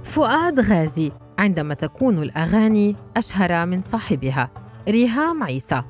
فؤاد غازي عندما تكون الأغاني أشهر من صاحبها. ريهام عيسى.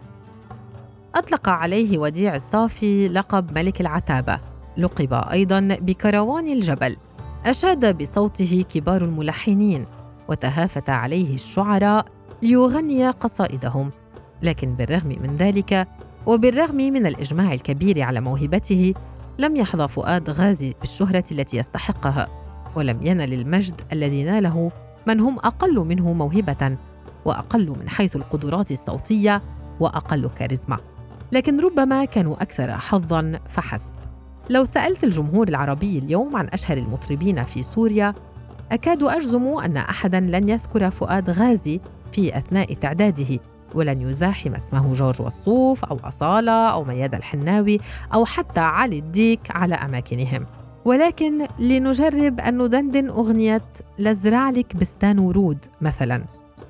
أطلق عليه وديع الصافي لقب ملك العتابة، لقب أيضاً بكروان الجبل. أشاد بصوته كبار الملحنين، وتهافت عليه الشعراء ليغني قصائدهم. لكن بالرغم من ذلك، وبالرغم من الإجماع الكبير على موهبته، لم يحظى فؤاد غازي بالشهرة التي يستحقها، ولم ينل المجد الذي ناله من هم أقل منه موهبة، وأقل من حيث القدرات الصوتية، وأقل كاريزما، لكن ربما كانوا أكثر حظاً فحسب. لو سألت الجمهور العربي اليوم عن أشهر المطربين في سوريا، أكاد أجزم أن أحداً لن يذكر فؤاد غازي في أثناء تعداده، ولن يزاحم اسمه جورج وسوف أو أصالة أو ميادة الحناوي أو حتى علي الديك على أماكنهم. ولكن لنجرب أن ندندن أغنية لازرع لك بستان ورود مثلاً.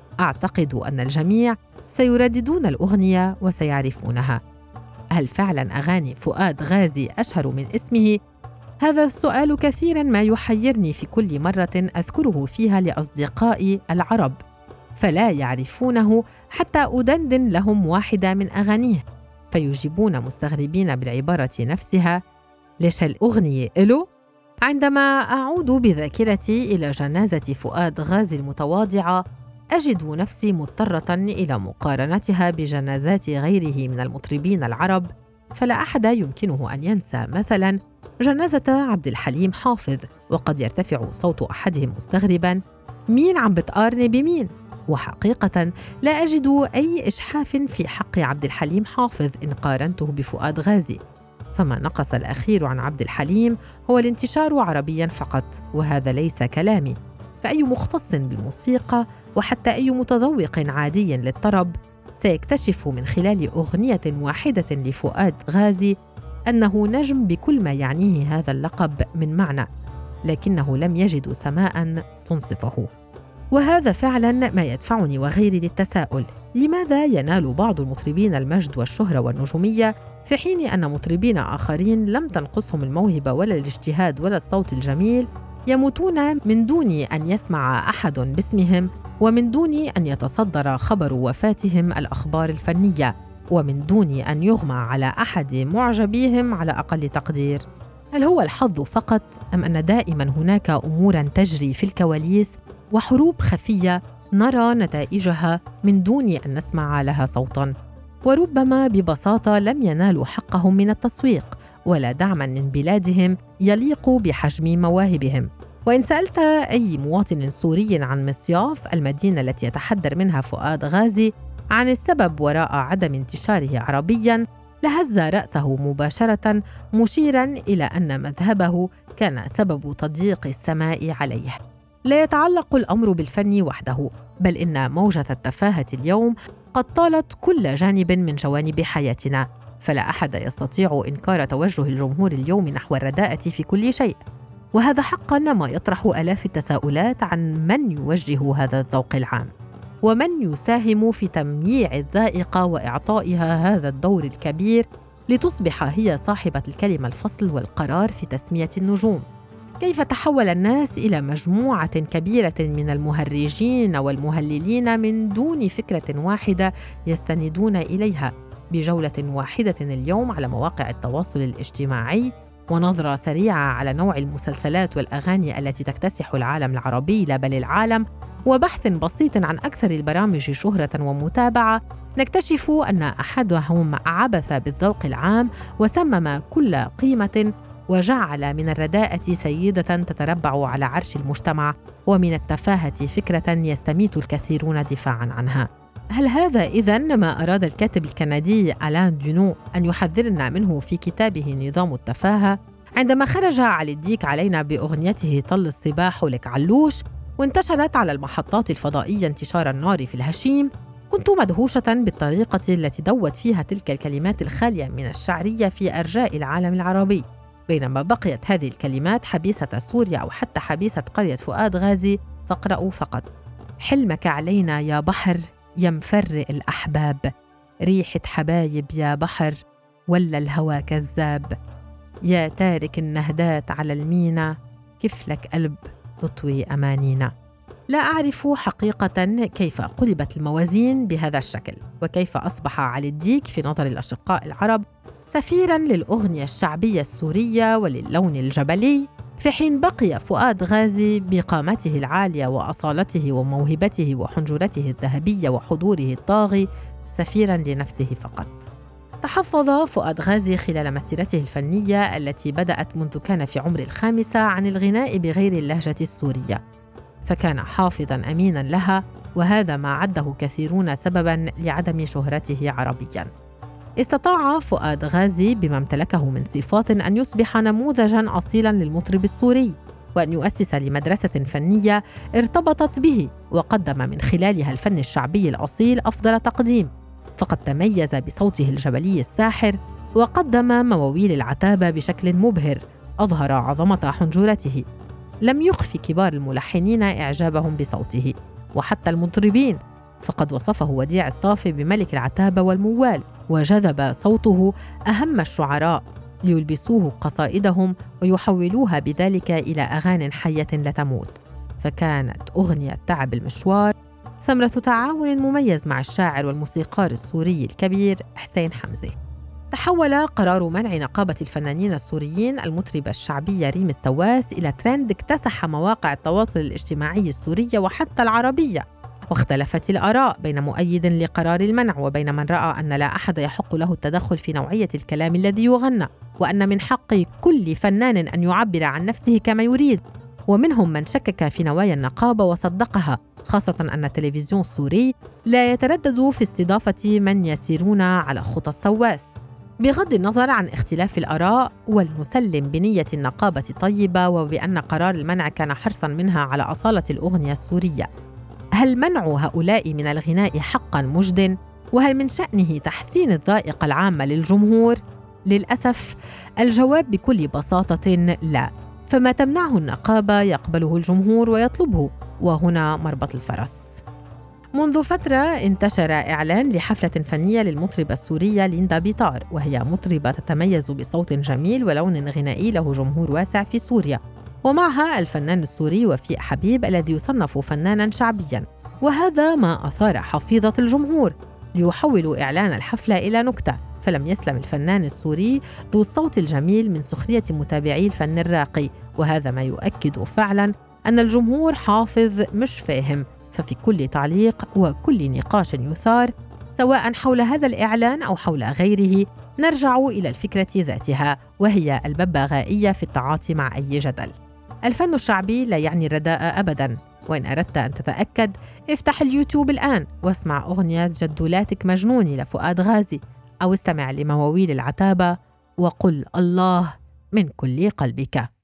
أعتقد أن الجميع سيرددون الأغنية وسيعرفونها. هل فعلاً أغاني فؤاد غازي أشهر من اسمه؟ هذا السؤال كثيراً ما يحيرني في كل مرة أذكره فيها لأصدقائي العرب، فلا يعرفونه حتى أدندن لهم واحدة من أغانيه، فيجيبون مستغربين بالعبارة نفسها: ليش الأغنية إله؟ عندما أعود بذاكرتي إلى جنازة فؤاد غازي المتواضعة، أجد نفسي مضطرة إلى مقارنتها بجنازات غيره من المطربين العرب، فلا أحد يمكنه أن ينسى مثلاً جنازة عبد الحليم حافظ، وقد يرتفع صوت أحدهم مستغرباً: مين عم بتقارني بمين؟ وحقيقة لا أجد أي إجحاف في حق عبد الحليم حافظ إن قارنته بفؤاد غازي، فما نقص الأخير عن عبد الحليم هو الانتشار عربياً فقط، وهذا ليس كلامي. فأي مختص بالموسيقى وحتى أي متذوق عادي للطرب سيكتشف من خلال أغنية واحدة لفؤاد غازي أنه نجم بكل ما يعنيه هذا اللقب من معنى، لكنه لم يجد سماء تنصفه. وهذا فعلا ما يدفعني وغيري للتساؤل: لماذا ينال بعض المطربين المجد والشهرة والنجومية في حين أن مطربين آخرين لم تنقصهم الموهبة ولا الاجتهاد ولا الصوت الجميل يموتون من دون أن يسمع أحد باسمهم، ومن دون أن يتصدر خبر وفاتهم الأخبار الفنية، ومن دون أن يغمى على أحد معجبيهم على أقل تقدير؟ هل هو الحظ فقط، أم أن دائما هناك أمور تجري في الكواليس وحروب خفية نرى نتائجها من دون أن نسمع لها صوتاً؟ وربما ببساطة لم ينالوا حقهم من التسويق ولا دعماً من بلادهم يليق بحجم مواهبهم. وإن سألت أي مواطن سوري عن مصياف المدينة التي يتحدر منها فؤاد غازي عن السبب وراء عدم انتشاره عربياً، لهز رأسه مباشرة، مشيراً إلى أن مذهبه كان سبب تضييق السماء عليه. لا يتعلق الأمر بالفن وحده، بل إن موجة التفاهة اليوم قد طالت كل جانب من جوانب حياتنا، فلا أحد يستطيع إنكار توجه الجمهور اليوم نحو الرداءة في كل شيء. وهذا حقاً ما يطرح آلاف التساؤلات عن من يوجه هذا الذوق العام، ومن يساهم في تمييع الذائقة وإعطائها هذا الدور الكبير لتصبح هي صاحبة الكلمة الفصل والقرار في تسمية النجوم. كيف تحول الناس إلى مجموعة كبيرة من المهرجين والمهللين من دون فكرة واحدة يستندون إليها، بجولة واحدة اليوم على مواقع التواصل الاجتماعي، ونظرة سريعة على نوع المسلسلات والأغاني التي تكتسح العالم العربي لا بل العالم، وبحث بسيط عن أكثر البرامج شهرة ومتابعة، نكتشف أن أحدهم عبث بالذوق العام وسمم كل قيمة، وجعل من الرداءة سيدة تتربع على عرش المجتمع، ومن التفاهة فكرة يستميت الكثيرون دفاعاً عنها. هل هذا إذن ما أراد الكاتب الكندي ألان دونو أن يحذرنا منه في كتابه نظام التفاهة، عندما خرج علي الديك علينا بأغنيته طل الصباح لك علوش، وانتشرت على المحطات الفضائية انتشار النار في الهشيم؟ كنت مدهوشة بالطريقة التي دوت فيها تلك الكلمات الخالية من الشعرية في أرجاء العالم العربي، بينما بقيت هذه الكلمات حبيسة سوريا أو حتى حبيسة قرية فؤاد غازي فاقرأوا فقط: حلمك علينا يا بحر يا مفرق الأحباب، ريحة حبايب يا بحر ولا الهوى كذاب، يا تارك النهدات على المينا، كيف لك قلب تطوي أمانينا. لا أعرف حقيقة كيف قلبت الموازين بهذا الشكل، وكيف أصبح علي الديك في نظر الأشقاء العرب سفيراً للأغنية الشعبية السورية وللون الجبلي، في حين بقي فؤاد غازي بقامته العالية وأصالته وموهبته وحنجرته الذهبية وحضوره الطاغي سفيراً لنفسه فقط. تحفظ فؤاد غازي خلال مسيرته الفنية التي بدأت منذ كان في عمر 5 عن الغناء بغير اللهجة السورية، فكان حافظاً أميناً لها، وهذا ما عده كثيرون سبباً لعدم شهرته عربياً. استطاع فؤاد غازي بما امتلكه من صفات أن يصبح نموذجاً أصيلاً للمطرب السوري، وأن يؤسس لمدرسة فنية ارتبطت به وقدم من خلالها الفن الشعبي الأصيل أفضل تقديم، فقد تميز بصوته الجبلي الساحر، وقدم مواويل العتابة بشكل مبهر أظهر عظمة حنجرته. لم يخف كبار الملحنين إعجابهم بصوته وحتى المطربين، فقد وصفه وديع الصافي بملك العتابة والموال، وجذب صوته أهم الشعراء ليلبسوه قصائدهم ويحولوها بذلك إلى أغاني حية لا تموت. فكانت أغنية تعب المشوار ثمرة تعاون مميز مع الشاعر والموسيقار السوري الكبير حسين حمزة. تحول قرار منع نقابة الفنانين السوريين المطربة الشعبية ريم السواس إلى ترند اكتسح مواقع التواصل الاجتماعي السورية وحتى العربية، واختلفت الآراء بين مؤيد لقرار المنع وبين من رأى أن لا أحد يحق له التدخل في نوعية الكلام الذي يغنى، وأن من حق كل فنان أن يعبر عن نفسه كما يريد. ومنهم من شكك في نوايا النقابة وصدقها، خاصة أن التلفزيون السوري لا يتردد في استضافة من يسيرون على خطى السواس. بغض النظر عن اختلاف الآراء، والمسلم بنية النقابة طيبة وبأن قرار المنع كان حرصاً منها على أصالة الأغنية السورية، هل منع هؤلاء من الغناء حقاً مجد؟ وهل من شأنه تحسين الذائقة العامة للجمهور؟ للأسف الجواب بكل بساطة لا، فما تمنعه النقابة يقبله الجمهور ويطلبه، وهنا مربط الفرس. منذ فترة انتشر إعلان لحفلة فنية للمطربة السورية ليندا بيطار، وهي مطربة تتميز بصوت جميل ولون غنائي له جمهور واسع في سوريا، ومعها الفنان السوري وفيق حبيب الذي يصنف فناناً شعبياً، وهذا ما أثار حفيظة الجمهور ليحولوا إعلان الحفلة إلى نكتة. فلم يسلم الفنان السوري ذو الصوت الجميل من سخرية متابعي الفن الراقي، وهذا ما يؤكد فعلاً أن الجمهور حافظ مش فاهم. ففي كل تعليق وكل نقاش يثار سواء حول هذا الإعلان أو حول غيره نرجع إلى الفكرة ذاتها، وهي الببغائية في التعاطي مع أي جدل. الفن الشعبي لا يعني الرداء أبداً، وإن أردت أن تتأكد افتح اليوتيوب الآن واسمع أغنية جدولاتك مجنوني لفؤاد غازي، أو استمع لمواويل العتابة وقل الله من كل قلبك.